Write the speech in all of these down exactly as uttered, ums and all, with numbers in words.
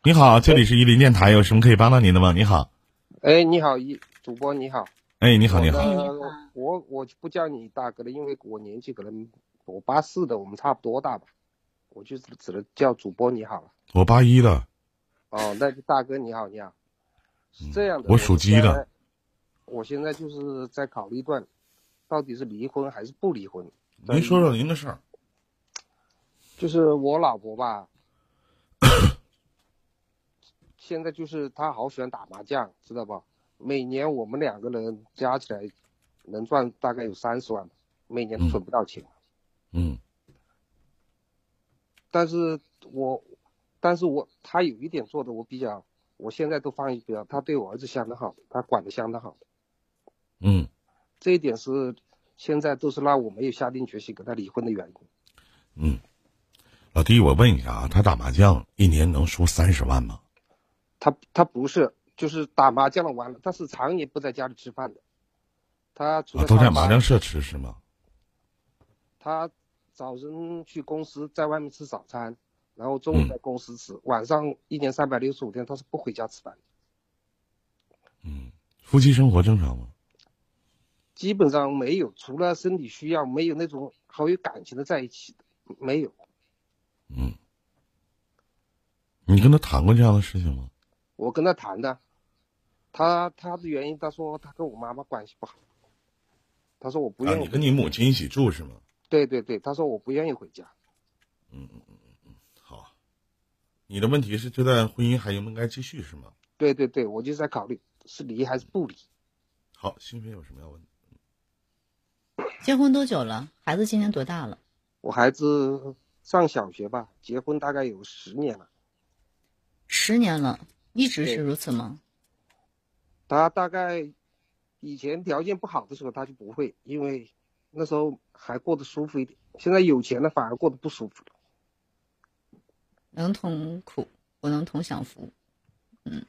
你好，这里是伊林电台，有什么可以帮到您的吗？你好。 哎，你好，一主播你好。 哎，你好，你好。 我我不叫你大哥了，因为我年纪可能我八四的，我们差不多大吧，我就只能叫主播你好了。 我八一的。 哦，那就大哥你好，你好。是这样的， 我属鸡的。 我现在就是在考虑段，到底是离婚还是不离婚。 您说说您的事儿。 就是我老婆吧。现在就是他好喜欢打麻将，知道吧？每年我们两个人加起来能赚大概有三十万，每年都存不到钱。 嗯。 但是我，但是我他有一点做的我比较，我现在都放一边，他对我儿子相当好，他管得相当好。 嗯。 这一点是现在都是让我没有下定决心跟他离婚的原因。 嗯。老弟，我问一下啊，他打麻将一年能输三十万吗？ 他他不是，就是打麻将了完了，他是常年不在家里吃饭的。他除了、 啊、都在麻将社吃是吗？ 他早晨去公司，在外面吃早餐，然后中午在公司吃，嗯、晚上一年三百六十五天他是不回家吃饭的。 嗯，夫妻生活正常吗？ 基本上没有，除了身体需要，没有那种好有感情的在一起的，没有。 嗯，你跟他谈过这样的事情吗？ 我跟他谈的，他他的原因，他说他跟我妈妈关系不好，他说我不愿意、 啊。你跟你母亲一起住是吗？ 对对对，他说我不愿意回家。 嗯嗯嗯嗯，好。你的问题是这段婚姻还应不应该继续是吗？ 对对对，我就在考虑是离还是不离。 好，新飞有什么要问的？ 结婚多久了？孩子今年多大了？ 我孩子上小学吧，结婚大概有十年了。 十年了，一直是如此吗？ 他大概以前条件不好的时候他就不会，因为那时候还过得舒服一点，现在有钱了反而过得不舒服了。 能同苦不能同享福。嗯，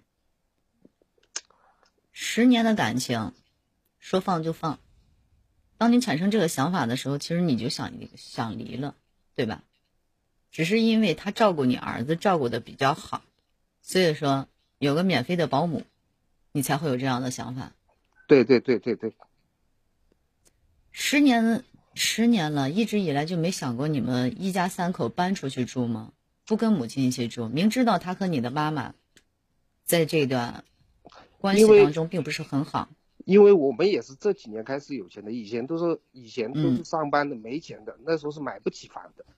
十年的感情说放就放，当你产生这个想法的时候，其实你就想想离了，对吧？只是因为他照顾你儿子照顾的比较好，所以说有个免费的保姆，你才会有这样的想法。 对对对对对。 十年十年了，一直以来就没想过你们一家三口搬出去住吗？不跟母亲一起住，明知道他和你的妈妈在这段关系当中并不是很好。 因为我们也是这几年开始有钱的，以前都是以前都是上班的、嗯、没钱的，那时候是买不起房的。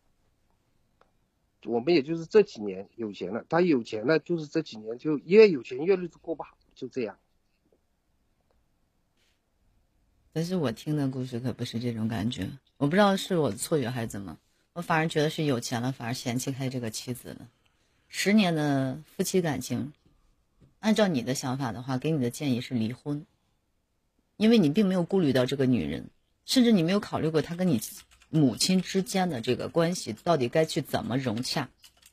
我们也就是这几年有钱了，他有钱了，就是这几年就越有钱越日子过不好，就这样。 但是我听的故事可不是这种感觉，我不知道是我的错觉还是怎么，我反而觉得是有钱了反而嫌弃开这个妻子了。十年的夫妻感情，按照你的想法的话，给你的建议是离婚，因为你并没有顾虑到这个女人，甚至你没有考虑过她跟你母亲之间的这个关系到底该去怎么融洽。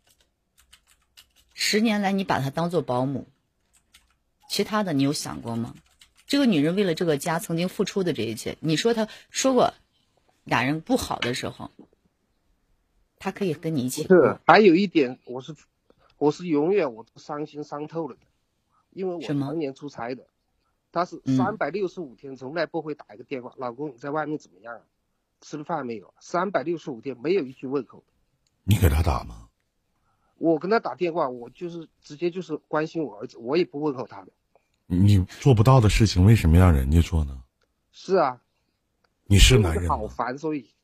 十年来你把她当做保姆，其他的你有想过吗？这个女人为了这个家曾经付出的这一切，你说她说过俩人不好的时候，她可以跟你一起过。 是，还有一点，我是我是永远我都伤心伤透了的，因为我常年出差的，他是三百六十五天从来不会打一个电话，嗯、老公你在外面怎么样啊？吃了饭没有？三百六十五天没有一句问候。 你给他打吗？ 我跟他打电话，我就是直接就是关心我儿子，我也不问候他的。 你做不到的事情，为什么让人家做呢？ 是啊， 你是男人吗？ 好烦，所以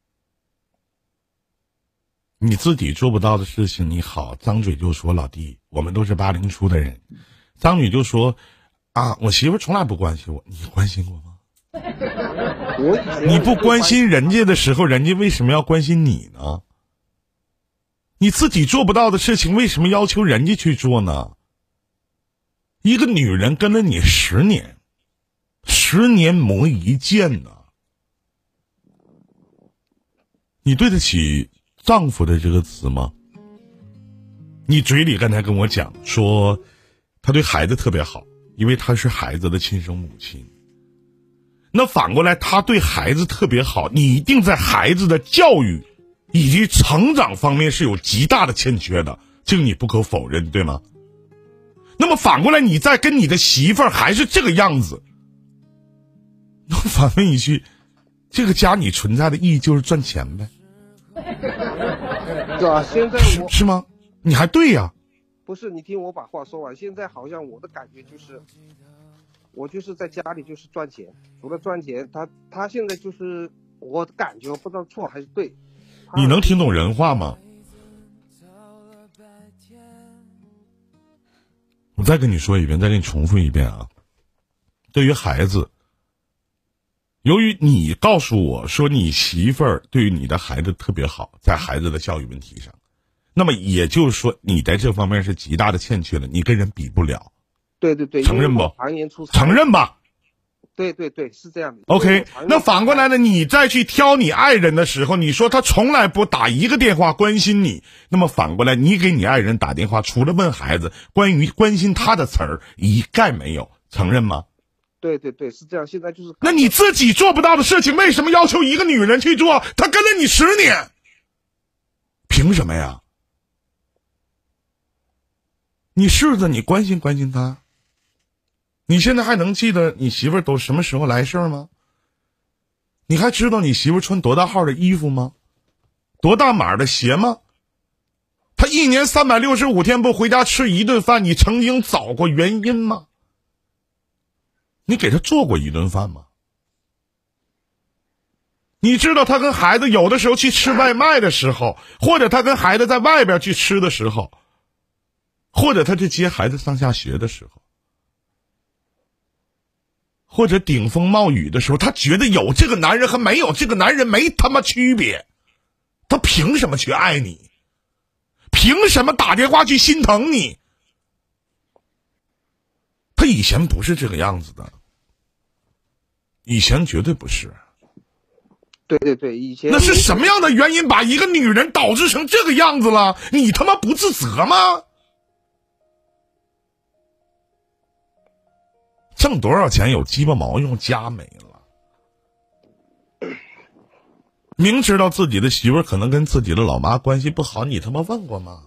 你自己做不到的事情，你好张嘴就说。老弟，我们都是八零初的人，张嘴就说啊，我媳妇从来不关心我，你关心过吗？你不关心人家的时候，人家为什么要关心你呢？你自己做不到的事情，为什么要求人家去做呢？一个女人跟了你十年，十年磨一剑呢，你对得起丈夫的这个词吗？你嘴里刚才跟我讲说他对孩子特别好，因为他是孩子的亲生母亲。那反过来他对孩子特别好，你一定在孩子的教育以及成长方面是有极大的欠缺的， 这个你不可否认，对吗？那么反过来，你再跟你的媳妇儿还是这个样子，我反问一句，这个家你存在的意义就是赚钱呗？ 对啊，现在我是, 是吗？你还对呀、啊？ 不是，你听我把话说完。现在好像我的感觉就是，我就是在家里就是赚钱，除了赚钱，他他现在就是我的感觉，不知道错还是对。 你能听懂人话吗？我再跟你说一遍，再给你重复一遍啊！对于孩子，由于你告诉我说你媳妇儿对于你的孩子特别好，在孩子的教育问题上。那么也就是说，你在这方面是极大的欠缺了，你跟人比不了。 对对对， 承认不？ 常年出差。 承认吧。 对对对，是这样的。 OK， 那反过来呢？你再去挑你爱人的时候，你说他从来不打一个电话关心你，那么反过来，你给你爱人打电话，除了问孩子关于关心他的词儿，一概没有，承认吗？ 对对对，是这样。现在就是， 那你自己做不到的事情，为什么要求一个女人去做？她跟了你十年，凭什么呀？你试着你关心关心他。你现在还能记得你媳妇儿都什么时候来事儿吗？你还知道你媳妇儿穿多大号的衣服吗？多大码的鞋吗？她一年三百六十五天不回家吃一顿饭，你曾经找过原因吗？你给她做过一顿饭吗？你知道她跟孩子有的时候去吃外卖的时候，或者她跟孩子在外边去吃的时候，或者她去接孩子上下学的时候，或者顶风冒雨的时候，她觉得有这个男人和没有这个男人没他妈区别，她凭什么去爱你？凭什么打电话去心疼你？她以前不是这个样子的，以前绝对不是。 对对对，以前那是什么样的原因把一个女人导致成这个样子了？你他妈不自责吗？挣多少钱有鸡巴毛用，家没了。明知道自己的媳妇儿可能跟自己的老妈关系不好，你他妈问过吗？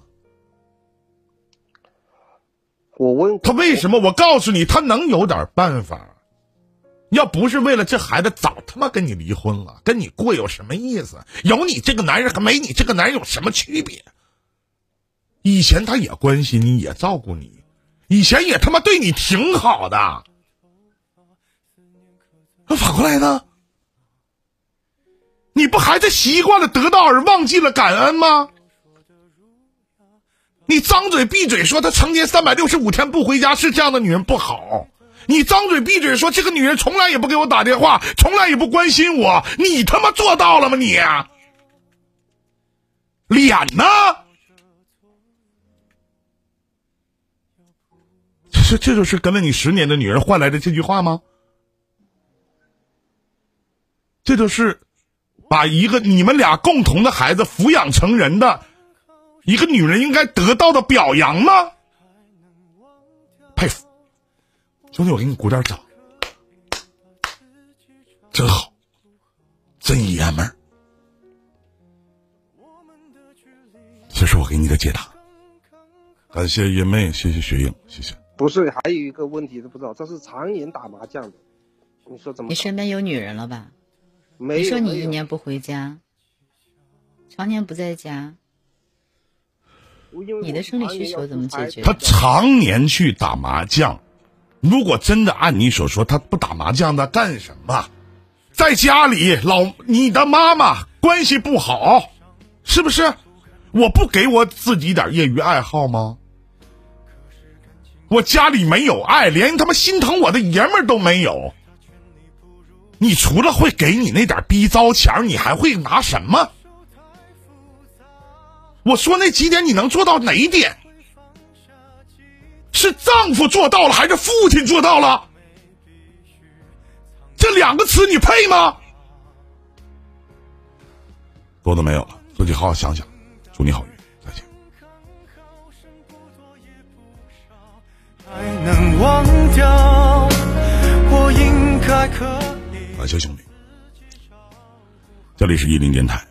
我问他为什么？我告诉你，他能有点办法。要不是为了这孩子，早他妈跟你离婚了，跟你过有什么意思？有你这个男人和没你这个男人有什么区别？以前他也关心你，也照顾你，以前也他妈对你挺好的。那反过来呢？你不还是习惯了得到而忘记了感恩吗？你张嘴闭嘴说她成年三百六十五天不回家，是这样的女人不好。你张嘴闭嘴说这个女人从来也不给我打电话，从来也不关心我，你他妈做到了吗你？脸呢？这这就是跟了你十年的女人换来的这句话吗？这就是把一个你们俩共同的孩子抚养成人的一个女人应该得到的表扬吗？佩服，兄弟，我给你鼓点掌，真好，真爷们儿。这是我给你的解答，感谢叶妹，谢谢雪影，谢谢。 不是，还有一个问题都不知道，这是常年打麻将的，你说怎么？ 你身边有女人了吧？ 没有。 你说你一年不回家，常年不在家，你的生理需求怎么解决？ 他常年去打麻将，如果真的按你所说，他不打麻将，他干什么？在家里，老你的妈妈关系不好，是不是？我不给我自己点业余爱好吗？我家里没有爱，连他妈心疼我的爷们儿都没有。你除了会给你那点逼糟钱，你还会拿什么？我说那几点你能做到哪一点？是丈夫做到了还是父亲做到了？这两个词你配吗？多的没有了，自己好好想想。祝你好运，再见。还能忘掉，我应该可以。感谢兄弟，这里是一零电台。